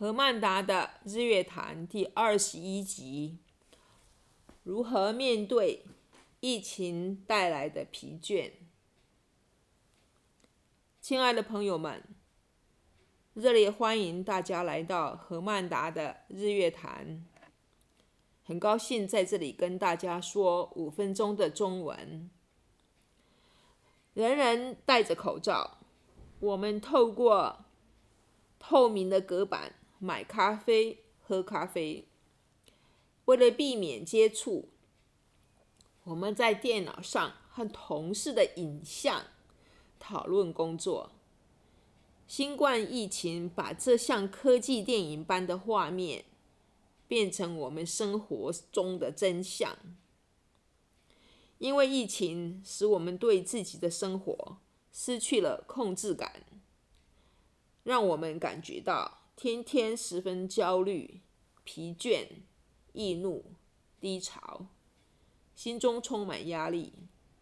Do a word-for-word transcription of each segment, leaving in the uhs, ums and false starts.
何曼达的日月潭第二十一集：如何面对疫情带来的疲倦？亲爱的朋友们，热烈欢迎大家来到何曼达的日月潭。很高兴在这里跟大家说五分钟的中文。人人戴着口罩，我们透过透明的隔板买咖啡、喝咖啡。为了避免接触，我们在电脑上和同事的影像讨论工作。新冠疫情把这像科技电影般的画面变成我们生活中的真相。因为疫情使我们对自己的生活失去了控制感，让我们感觉到天天十分焦虑、疲倦、易怒、低潮，心中充满压力。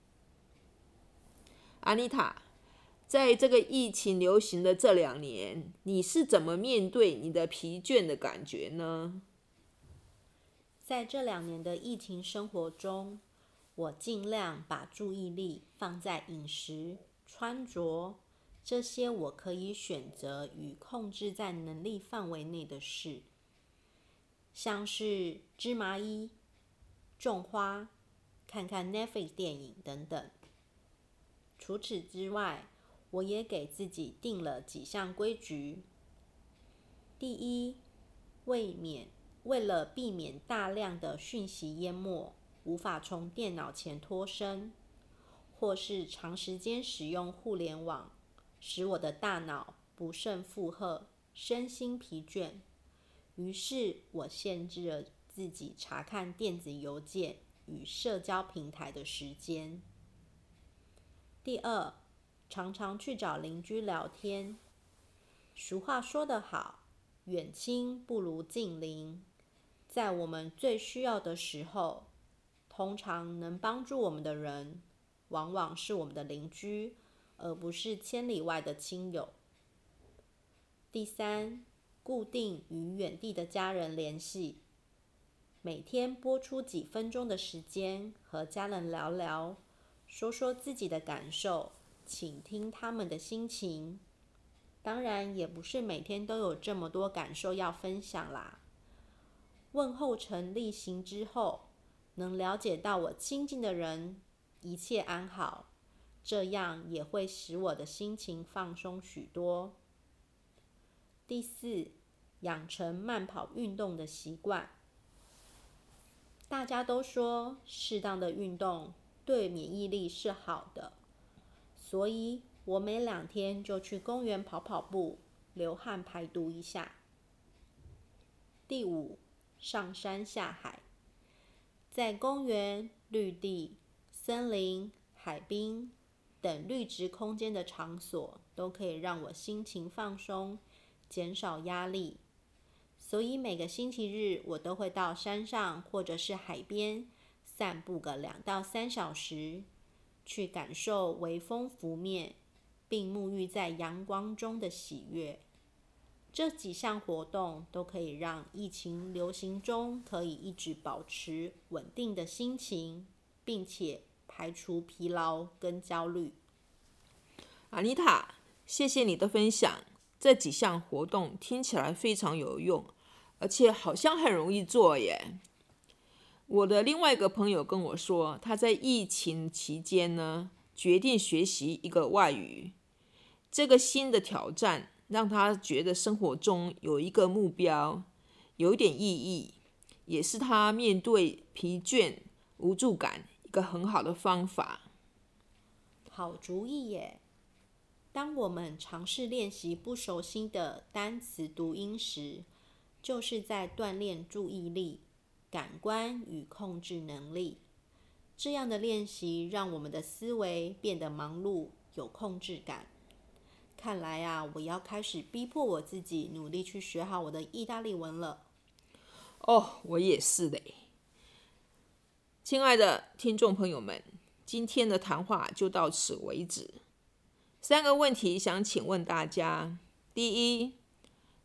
安妮塔，在这个疫情流行的这两年，你是怎么面对你的疲倦的感觉呢？ 在这两年的疫情生活中，我尽量把注意力放在饮食、穿着这些我可以选择与控制在能力范围内的事，像是织麻衣、种花、看看 Netflix 电影等等。除此之外，我也给自己定了几项规矩。第一，为免为了避免大量的讯息淹没，无法从电脑前脱身，或是长时间使用互联网，使我的大脑不胜负荷，身心疲倦。于是我限制了自己查看电子邮件与社交平台的时间。第二，常常去找邻居聊天。俗话说得好，远亲不如近邻。在我们最需要的时候，通常能帮助我们的人，往往是我们的邻居，而不是千里外的亲友。第三，固定与远地的家人联系，每天拨出几分钟的时间和家人聊聊，说说自己的感受，倾听他们的心情。当然，也不是每天都有这么多感受要分享啦。问候成例行之后，能了解到我亲近的人一切安好，这样也会使我的心情放松许多。第四，养成慢跑运动的习惯。大家都说适当的运动对免疫力是好的，所以我每两天就去公园跑跑步，流汗排毒一下。第五，上山下海。在公园、绿地、森林、海滨等绿植空间的场所，都可以让我心情放松，减少压力。所以每个星期日我都会到山上或者是海边散步个两到三小时，去感受微风拂面，并沐浴在阳光中的喜悦。这几项活动都可以让疫情流行中可以一直保持稳定的心情，并且排除疲劳跟焦虑。 安妮塔，谢谢你的分享。这几项活动听起来非常有用，而且好像很容易做耶。我的另外一个朋友跟我说，他在疫情期间呢，决定学习一个外语。这个新的挑战让他觉得生活中有一个目标，有一点意义，也是他面对疲倦、无助感一个很好的方法。 好主意耶！当我们尝试练习不熟悉的单词读音时，就是在锻炼注意力、感官与控制能力。这样的练习让我们的思维变得忙碌、有控制感。看来啊，我要开始逼迫我自己，努力去学好我的意大利文了。 哦，我也是嘞。亲爱的听众朋友们，今天的谈话就到此为止。三个问题想请问大家：第一，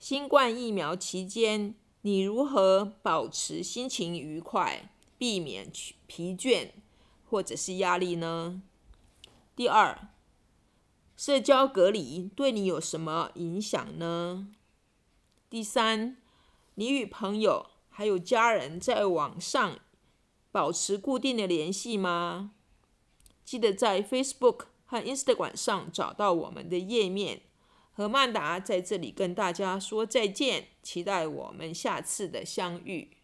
新冠疫苗期间，你如何保持心情愉快，避免疲倦或者是压力呢？第二，社交隔离对你有什么影响呢？第三，你与朋友还有家人在网上保持固定的联系吗？记得在 Facebook 和 Instagram 上找到我们的页面。和曼达在这里跟大家说再见，期待我们下次的相遇。